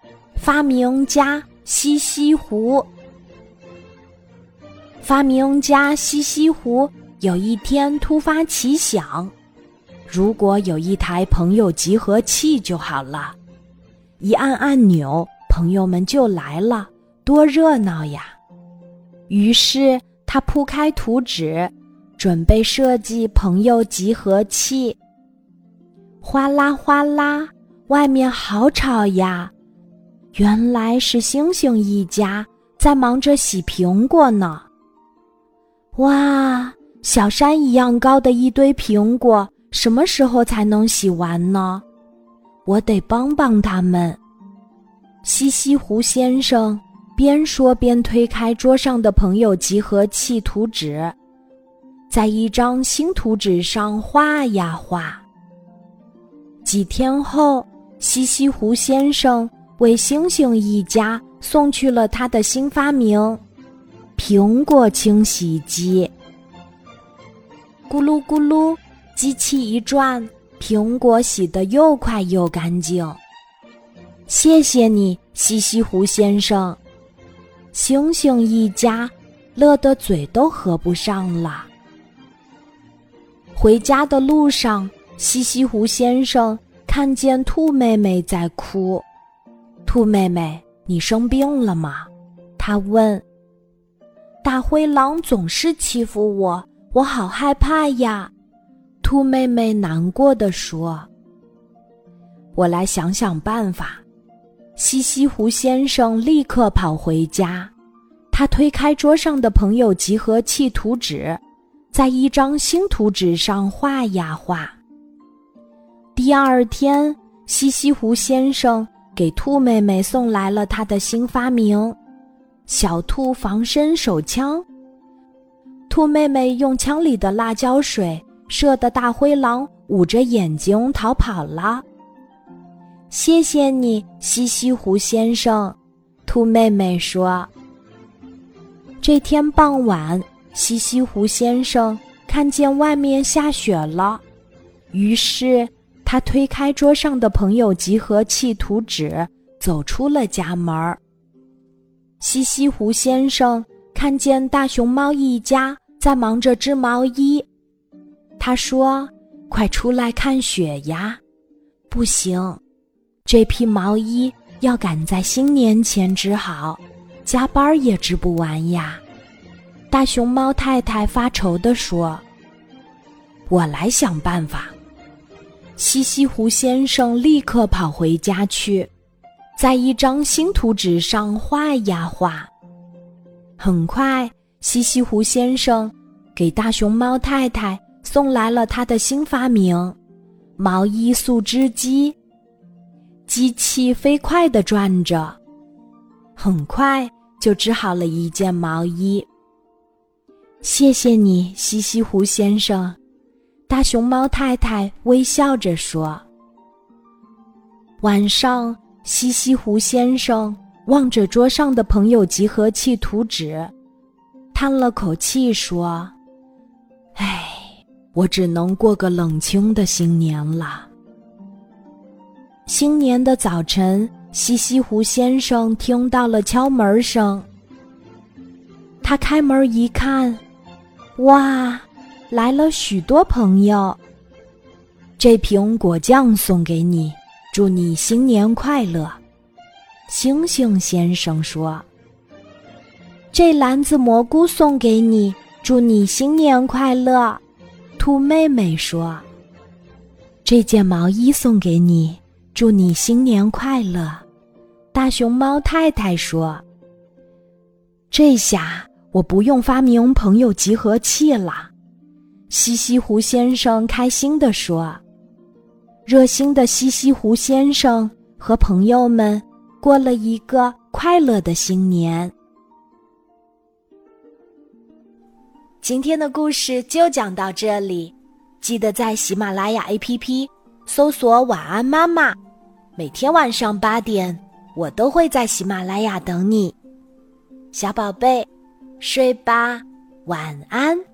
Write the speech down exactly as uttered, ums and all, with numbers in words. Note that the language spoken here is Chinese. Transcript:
发明家西西湖。发明家西西湖有一天突发奇想，如果有一台朋友集合器就好了，一按按钮，朋友们就来了，多热闹呀！于是他铺开图纸，准备设计朋友集合器。哗啦哗啦，外面好吵呀！原来是星星一家在忙着洗苹果呢。哇，小山一样高的一堆苹果，什么时候才能洗完呢？我得帮帮他们。西西湖先生边说边推开桌上的朋友集合器图纸，在一张新图纸上画呀画。几天后，西西湖先生为星星一家送去了他的新发明——苹果清洗机。咕噜咕噜，机器一转，苹果洗得又快又干净。谢谢你，西西湖先生。星星一家乐得嘴都合不上了。回家的路上，西西湖先生看见兔妹妹在哭。兔妹妹，你生病了吗？他问。大灰狼总是欺负我，我好害怕呀。兔妹妹难过地说。我来想想办法。西西湖先生立刻跑回家，他推开桌上的朋友集合器图纸，在一张新图纸上画呀画。第二天，西西湖先生给兔妹妹送来了他的新发明——小兔防身手枪。兔妹妹用枪里的辣椒水射得大灰狼捂着眼睛逃跑了。谢谢你，西西湖先生，兔妹妹说。这天傍晚，西西湖先生看见外面下雪了，于是他推开桌上的朋友集合器图纸，走出了家门。西西湖先生看见大熊猫一家在忙着织毛衣，他说：快出来看雪呀！不行，这批毛衣要赶在新年前织好，加班也织不完呀。大熊猫太太发愁地说。我来想办法。西西湖先生立刻跑回家去，在一张新图纸上画呀画。很快，西西湖先生给大熊猫太太送来了他的新发明——毛衣速织机。机器飞快地转着，很快就织好了一件毛衣。谢谢你，西西湖先生，大熊猫太太微笑着说。晚上，西西湖先生望着桌上的朋友集合器图纸，叹了口气说：唉，我只能过个冷清的新年了。新年的早晨，西西湖先生听到了敲门声。他开门一看，哇，来了许多朋友。这瓶果酱送给你，祝你新年快乐。星星先生说。这篮子蘑菇送给你，祝你新年快乐。兔妹妹说。这件毛衣送给你，祝你新年快乐。大熊猫太太说。这下我不用发明朋友集合器了，西西湖先生开心地说。热心的西西湖先生和朋友们过了一个快乐的新年。今天的故事就讲到这里，记得在喜马拉雅 A P P 搜索晚安妈妈，每天晚上八点，我都会在喜马拉雅等你。小宝贝，睡吧，晚安。